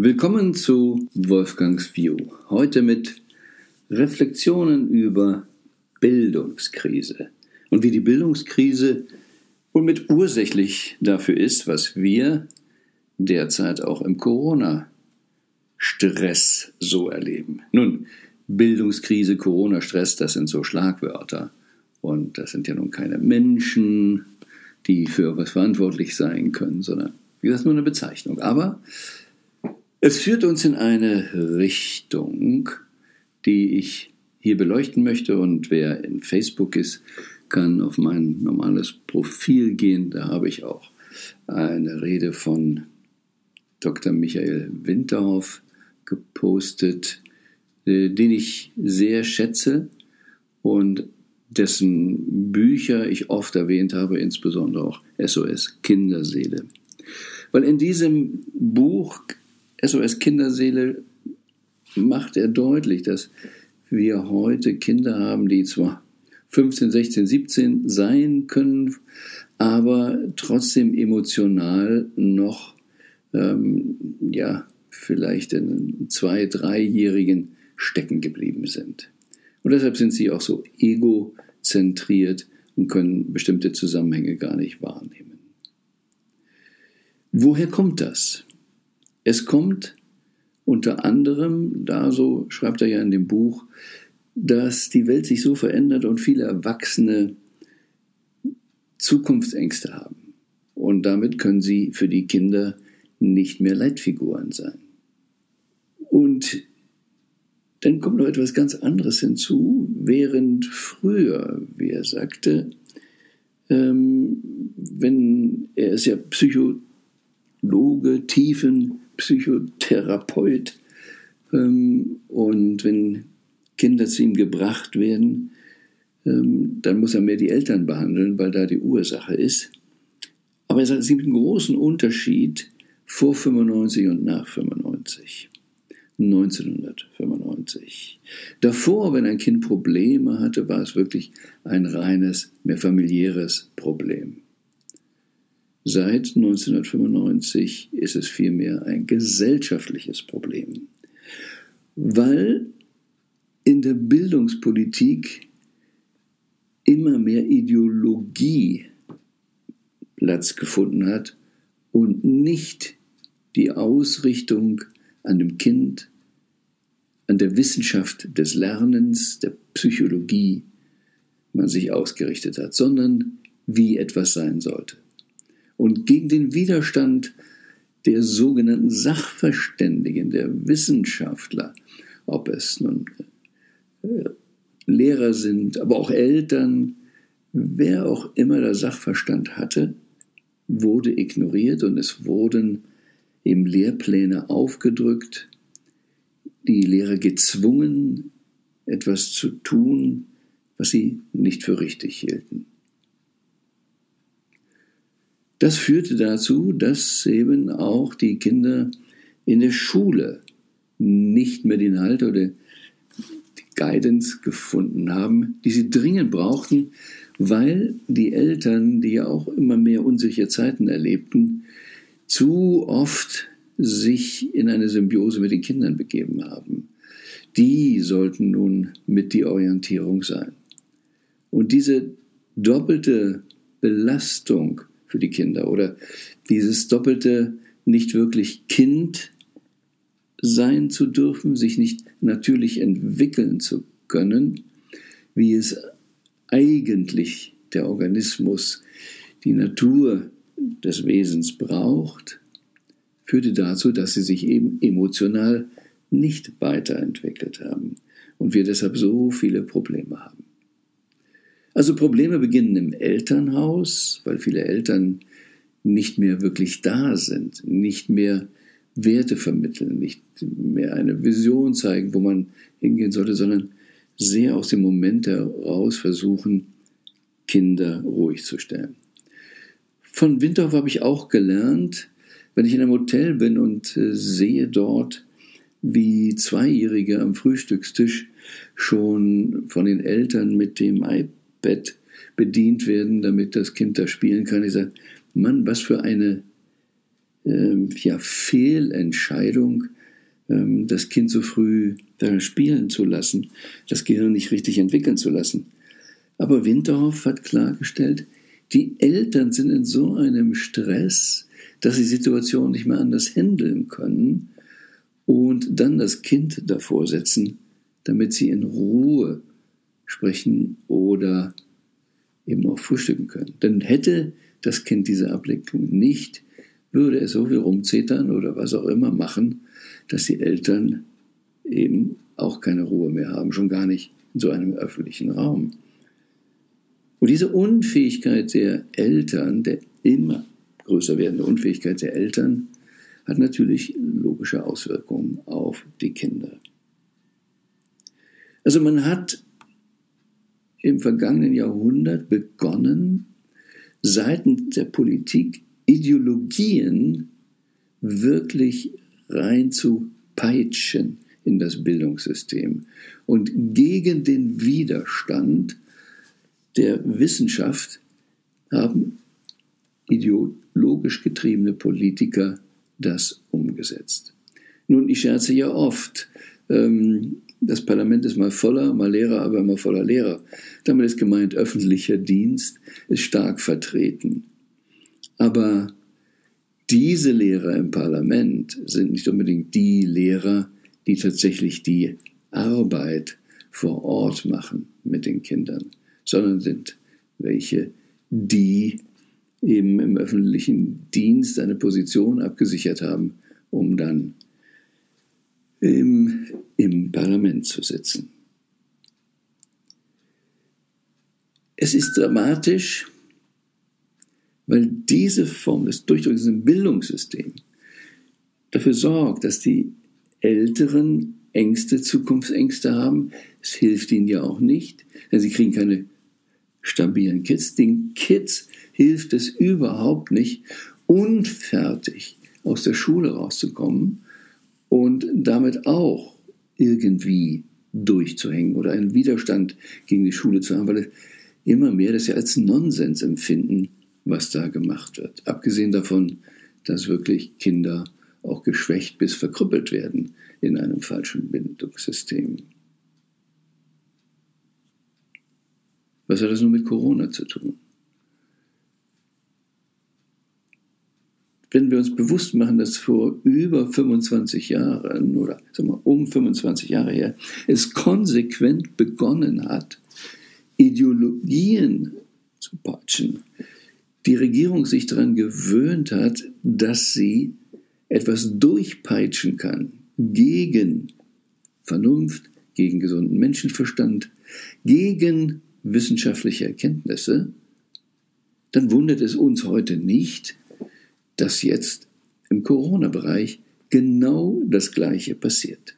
Willkommen zu Wolfgangs View. Heute mit Reflexionen über Bildungskrise und wie die Bildungskrise wohl mit ursächlich dafür ist, was wir derzeit auch im Corona-Stress so erleben. Nun, Bildungskrise, Corona-Stress, das sind so Schlagwörter. Und das sind ja nun keine Menschen, die für was verantwortlich sein können, sondern, wie gesagt, nur eine Bezeichnung. Aber es führt uns in eine Richtung, die ich hier beleuchten möchte. Und wer in Facebook ist, kann auf mein normales Profil gehen. Da habe ich auch eine Rede von Dr. Michael Winterhoff gepostet, den ich sehr schätze und dessen Bücher ich oft erwähnt habe, insbesondere auch SOS Kinderseele. Weil in diesem Buch SOS Kinderseele macht er deutlich, dass wir heute Kinder haben, die zwar 15, 16, 17 sein können, aber trotzdem emotional noch vielleicht in 2-, 3-Jährigen stecken geblieben sind. Und deshalb sind sie auch so egozentriert und können bestimmte Zusammenhänge gar nicht wahrnehmen. Woher kommt das? Es kommt unter anderem, da so schreibt er ja in dem Buch, dass die Welt sich so verändert und viele Erwachsene Zukunftsängste haben. Und damit können sie für die Kinder nicht mehr Leitfiguren sein. Und dann kommt noch etwas ganz anderes hinzu, während früher, wie er sagte, wenn er ist ja Psychologe, Tiefenpsychotherapeut, und wenn Kinder zu ihm gebracht werden, dann muss er mehr die Eltern behandeln, weil da die Ursache ist. Aber er sagt, es gibt einen großen Unterschied vor 95 und nach 95. 1995. Davor, wenn ein Kind Probleme hatte, war es wirklich ein reines, mehr familiäres Problem. Seit 1995 ist es vielmehr ein gesellschaftliches Problem, weil in der Bildungspolitik immer mehr Ideologie Platz gefunden hat und nicht die Ausrichtung an dem Kind, an der Wissenschaft des Lernens, der Psychologie man sich ausgerichtet hat, sondern wie etwas sein sollte. Und gegen den Widerstand der sogenannten Sachverständigen, der Wissenschaftler, ob es nun Lehrer sind, aber auch Eltern, wer auch immer der Sachverstand hatte, wurde ignoriert und es wurden eben Lehrpläne aufgedrückt, die Lehrer gezwungen, etwas zu tun, was sie nicht für richtig hielten. Das führte dazu, dass eben auch die Kinder in der Schule nicht mehr den Halt oder die Guidance gefunden haben, die sie dringend brauchten, weil die Eltern, die ja auch immer mehr unsichere Zeiten erlebten, zu oft sich in eine Symbiose mit den Kindern begeben haben. Die sollten nun mit die Orientierung sein. Und diese doppelte Belastung für die Kinder oder dieses doppelte nicht wirklich Kind sein zu dürfen, sich nicht natürlich entwickeln zu können, wie es eigentlich der Organismus, die Natur des Wesens braucht, führte dazu, dass sie sich eben emotional nicht weiterentwickelt haben und wir deshalb so viele Probleme haben. Also Probleme beginnen im Elternhaus, weil viele Eltern nicht mehr wirklich da sind, nicht mehr Werte vermitteln, nicht mehr eine Vision zeigen, wo man hingehen sollte, sondern sehr aus dem Moment heraus versuchen, Kinder ruhig zu stellen. Von Winterhoff habe ich auch gelernt, wenn ich in einem Hotel bin und sehe dort, wie Zweijährige am Frühstückstisch schon von den Eltern mit dem iPad bedient werden, damit das Kind da spielen kann. Ich sage, Mann, was für eine Fehlentscheidung, das Kind so früh spielen zu lassen, das Gehirn nicht richtig entwickeln zu lassen. Aber Winterhoff hat klargestellt, die Eltern sind in so einem Stress, dass sie die Situation nicht mehr anders handeln können und dann das Kind davor setzen, damit sie in Ruhe sprechen oder eben auch frühstücken können. Denn hätte das Kind diese Ablenkung nicht, würde es so viel rumzetern oder was auch immer machen, dass die Eltern eben auch keine Ruhe mehr haben, schon gar nicht in so einem öffentlichen Raum. Und diese Unfähigkeit der Eltern, der immer größer werdende Unfähigkeit der Eltern, hat natürlich logische Auswirkungen auf die Kinder. Also man hat im vergangenen Jahrhundert begonnen, seitens der Politik Ideologien wirklich rein zu peitschen in das Bildungssystem und gegen den Widerstand der Wissenschaft haben ideologisch getriebene Politiker das umgesetzt. Nun, ich scherze ja oft, das Parlament ist mal voller, mal leerer, aber immer voller Lehrer. Damit ist gemeint, öffentlicher Dienst ist stark vertreten. Aber diese Lehrer im Parlament sind nicht unbedingt die Lehrer, die tatsächlich die Arbeit vor Ort machen mit den Kindern, sondern sind welche, die eben im öffentlichen Dienst eine Position abgesichert haben, um dann im Parlament zu sitzen. Es ist dramatisch, weil diese Form des Durchdrückens im Bildungssystem dafür sorgt, dass die Älteren Ängste, Zukunftsängste haben. Es hilft ihnen ja auch nicht, denn sie kriegen keine stabilen Kids. Den Kids hilft es überhaupt nicht, unfertig aus der Schule rauszukommen und damit auch irgendwie durchzuhängen oder einen Widerstand gegen die Schule zu haben, weil immer mehr das ja als Nonsens empfinden, was da gemacht wird. Abgesehen davon, dass wirklich Kinder auch geschwächt bis verkrüppelt werden in einem falschen Bildungssystem. Was hat das nun mit Corona zu tun? Wenn wir uns bewusst machen, dass vor über 25 Jahren oder sagen wir um 25 Jahre her es konsequent begonnen hat, Ideologien zu peitschen, die Regierung sich daran gewöhnt hat, dass sie etwas durchpeitschen kann gegen Vernunft, gegen gesunden Menschenverstand, gegen wissenschaftliche Erkenntnisse, dann wundert es uns heute nicht, dass jetzt im Corona-Bereich genau das Gleiche passiert.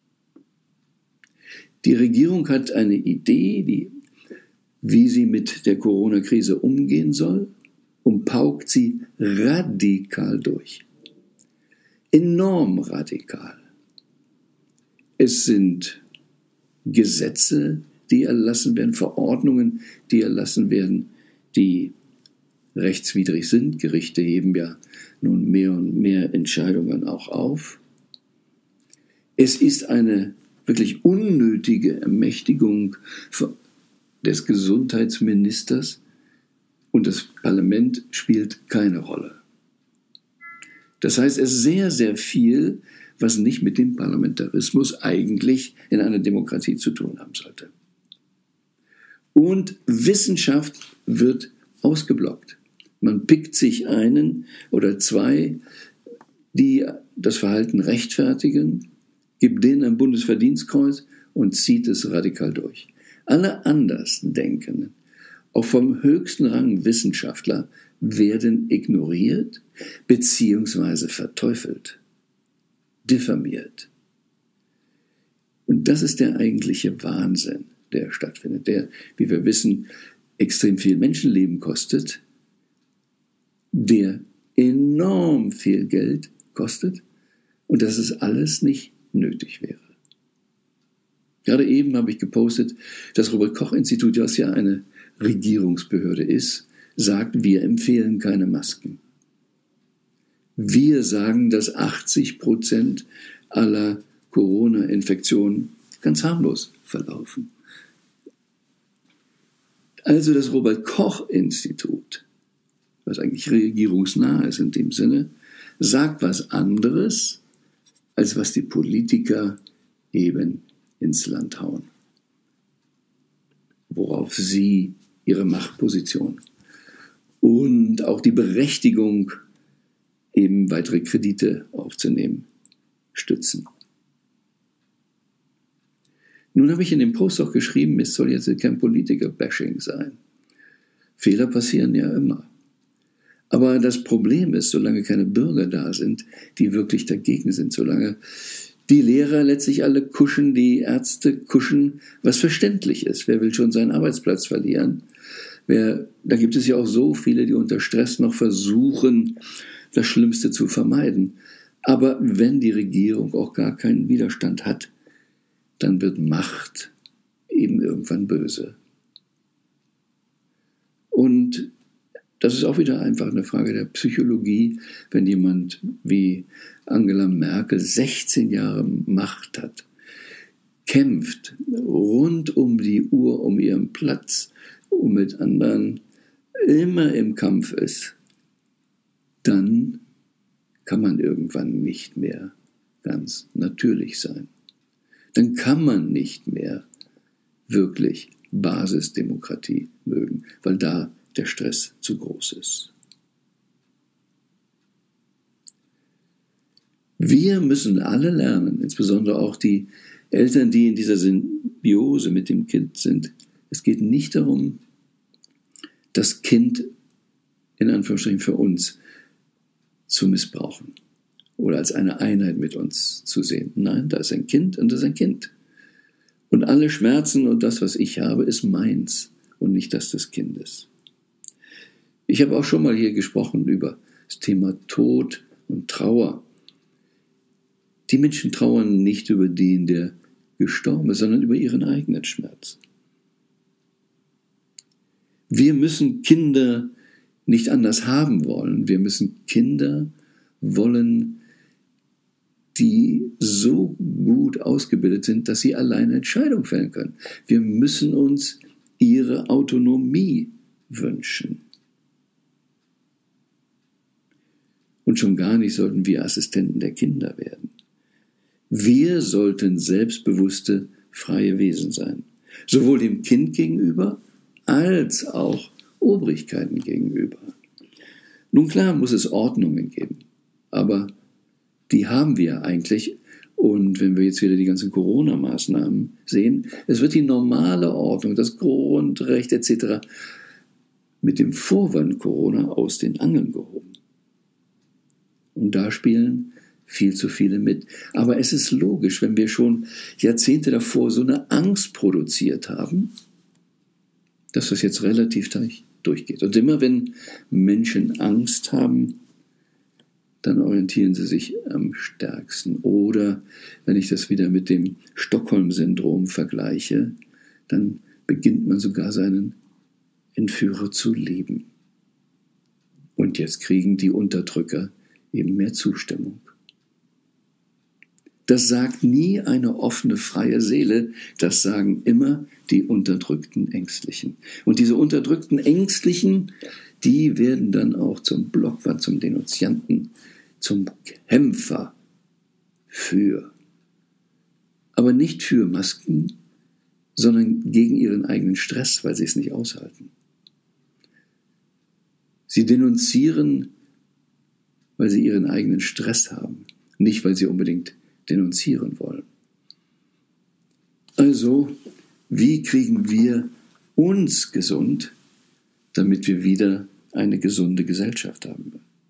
Die Regierung hat eine Idee, wie sie mit der Corona-Krise umgehen soll, und paukt sie radikal durch. Enorm radikal. Es sind Gesetze, die erlassen werden, Verordnungen, die erlassen werden, die rechtswidrig sind. Gerichte heben ja nun mehr und mehr Entscheidungen auch auf. Es ist eine wirklich unnötige Ermächtigung des Gesundheitsministers und das Parlament spielt keine Rolle. Das heißt, es ist sehr, sehr viel, was nicht mit dem Parlamentarismus eigentlich in einer Demokratie zu tun haben sollte. Und Wissenschaft wird ausgeblockt. Man pickt sich einen oder zwei, die das Verhalten rechtfertigen, gibt denen ein Bundesverdienstkreuz und zieht es radikal durch. Alle Andersdenkenden, auch vom höchsten Rang Wissenschaftler, werden ignoriert bzw. verteufelt, diffamiert. Und das ist der eigentliche Wahnsinn, der stattfindet, der, wie wir wissen, extrem viel Menschenleben kostet, der enorm viel Geld kostet und dass es alles nicht nötig wäre. Gerade eben habe ich gepostet, das Robert-Koch-Institut, was ja eine Regierungsbehörde ist, sagt, wir empfehlen keine Masken. Wir sagen, dass 80% aller Corona-Infektionen ganz harmlos verlaufen. Also das Robert-Koch-Institut, was eigentlich regierungsnah ist in dem Sinne, sagt was anderes, als was die Politiker eben ins Land hauen, worauf sie ihre Machtposition und auch die Berechtigung, eben weitere Kredite aufzunehmen, stützen. Nun habe ich in dem Post auch geschrieben, es soll jetzt kein Politiker-Bashing sein. Fehler passieren ja immer. Aber das Problem ist, solange keine Bürger da sind, die wirklich dagegen sind, solange die Lehrer letztlich alle kuschen, die Ärzte kuschen, was verständlich ist. Wer will schon seinen Arbeitsplatz verlieren? Da gibt es ja auch so viele, die unter Stress noch versuchen, das Schlimmste zu vermeiden. Aber wenn die Regierung auch gar keinen Widerstand hat, dann wird Macht eben irgendwann böse. Und das ist auch wieder einfach eine Frage der Psychologie, wenn jemand wie Angela Merkel 16 Jahre Macht hat, kämpft rund um die Uhr um ihren Platz und mit anderen immer im Kampf ist, dann kann man irgendwann nicht mehr ganz natürlich sein. Dann kann man nicht mehr wirklich Basisdemokratie mögen, weil da der Stress zu groß ist. Wir müssen alle lernen, insbesondere auch die Eltern, die in dieser Symbiose mit dem Kind sind. Es geht nicht darum, das Kind in Anführungsstrichen für uns zu missbrauchen oder als eine Einheit mit uns zu sehen. Nein, da ist ein Kind und das ist ein Kind. Und alle Schmerzen und das, was ich habe, ist meins und nicht das des Kindes. Ich habe auch schon mal hier gesprochen über das Thema Tod und Trauer. Die Menschen trauern nicht über den, der gestorben ist, sondern über ihren eigenen Schmerz. Wir müssen Kinder nicht anders haben wollen. Wir müssen Kinder wollen, die so gut ausgebildet sind, dass sie alleine Entscheidungen fällen können. Wir müssen uns ihre Autonomie wünschen. Und schon gar nicht sollten wir Assistenten der Kinder werden. Wir sollten selbstbewusste, freie Wesen sein. Sowohl dem Kind gegenüber, als auch Obrigkeiten gegenüber. Nun klar muss es Ordnungen geben, aber die haben wir eigentlich. Und wenn wir jetzt wieder die ganzen Corona-Maßnahmen sehen, es wird die normale Ordnung, das Grundrecht etc. mit dem Vorwand Corona aus den Angeln gehoben. Und da spielen viel zu viele mit. Aber es ist logisch, wenn wir schon Jahrzehnte davor so eine Angst produziert haben, dass das jetzt relativ durchgeht. Und immer wenn Menschen Angst haben, dann orientieren sie sich am stärksten. Oder wenn ich das wieder mit dem Stockholm-Syndrom vergleiche, dann beginnt man sogar seinen Entführer zu lieben. Und jetzt kriegen die Unterdrücker eben mehr Zustimmung. Das sagt nie eine offene, freie Seele, das sagen immer die unterdrückten Ängstlichen. Und diese unterdrückten Ängstlichen, die werden dann auch zum Blockwart, zum Denunzianten, zum Kämpfer aber nicht für Masken, sondern gegen ihren eigenen Stress, weil sie es nicht aushalten. Sie denunzieren, weil sie ihren eigenen Stress haben, nicht weil sie unbedingt denunzieren wollen. Also, wie kriegen wir uns gesund, damit wir wieder eine gesunde Gesellschaft haben?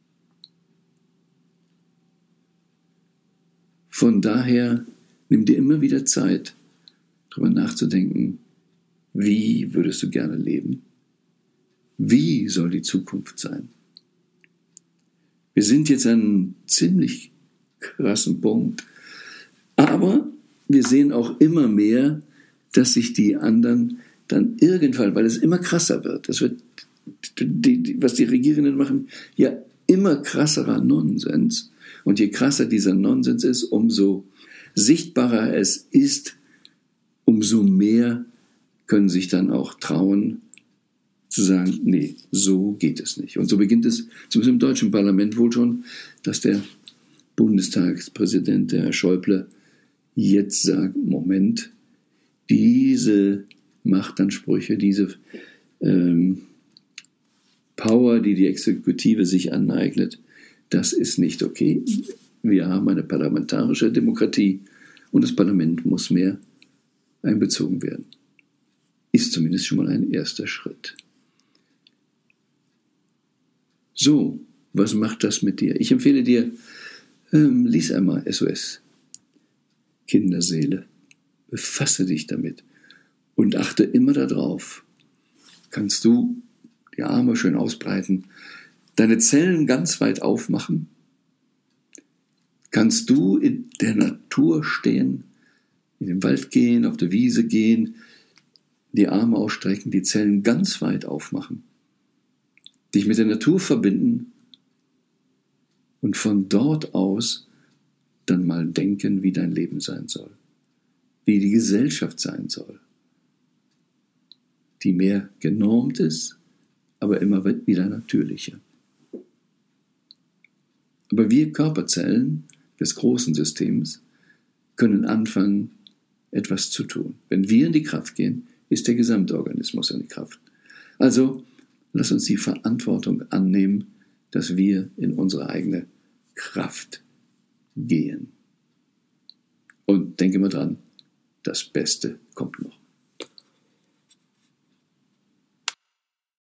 Von daher nimm dir immer wieder Zeit, darüber nachzudenken, wie würdest du gerne leben? Wie soll die Zukunft sein? Wir sind jetzt an einem ziemlich krassen Punkt, aber wir sehen auch immer mehr, dass sich die anderen dann irgendwann, weil es immer krasser wird, was die Regierenden machen, ja immer krasserer Nonsens. Und je krasser dieser Nonsens ist, umso sichtbarer es ist, umso mehr können sich dann auch trauen, zu sagen, nee, so geht es nicht. Und so beginnt es, zumindest im deutschen Parlament wohl schon, dass der Bundestagspräsident, der Herr Schäuble, jetzt sagt, Moment, diese Machtansprüche, diese Power, die die Exekutive sich aneignet, das ist nicht okay. Wir haben eine parlamentarische Demokratie und das Parlament muss mehr einbezogen werden. Ist zumindest schon mal ein erster Schritt. So, was macht das mit dir? Ich empfehle dir, lies einmal SOS Kinderseele. Befasse dich damit und achte immer darauf. Kannst du die Arme schön ausbreiten, deine Zellen ganz weit aufmachen? Kannst du in der Natur stehen, in den Wald gehen, auf der Wiese gehen, die Arme ausstrecken, die Zellen ganz weit aufmachen, dich mit der Natur verbinden und von dort aus dann mal denken, wie dein Leben sein soll, wie die Gesellschaft sein soll, die mehr genormt ist, aber immer wieder natürlicher. Aber wir Körperzellen des großen Systems können anfangen, etwas zu tun. Wenn wir in die Kraft gehen, ist der Gesamtorganismus in die Kraft. Also lass uns die Verantwortung annehmen, dass wir in unsere eigene Kraft gehen. Und denke mal dran, das Beste kommt noch.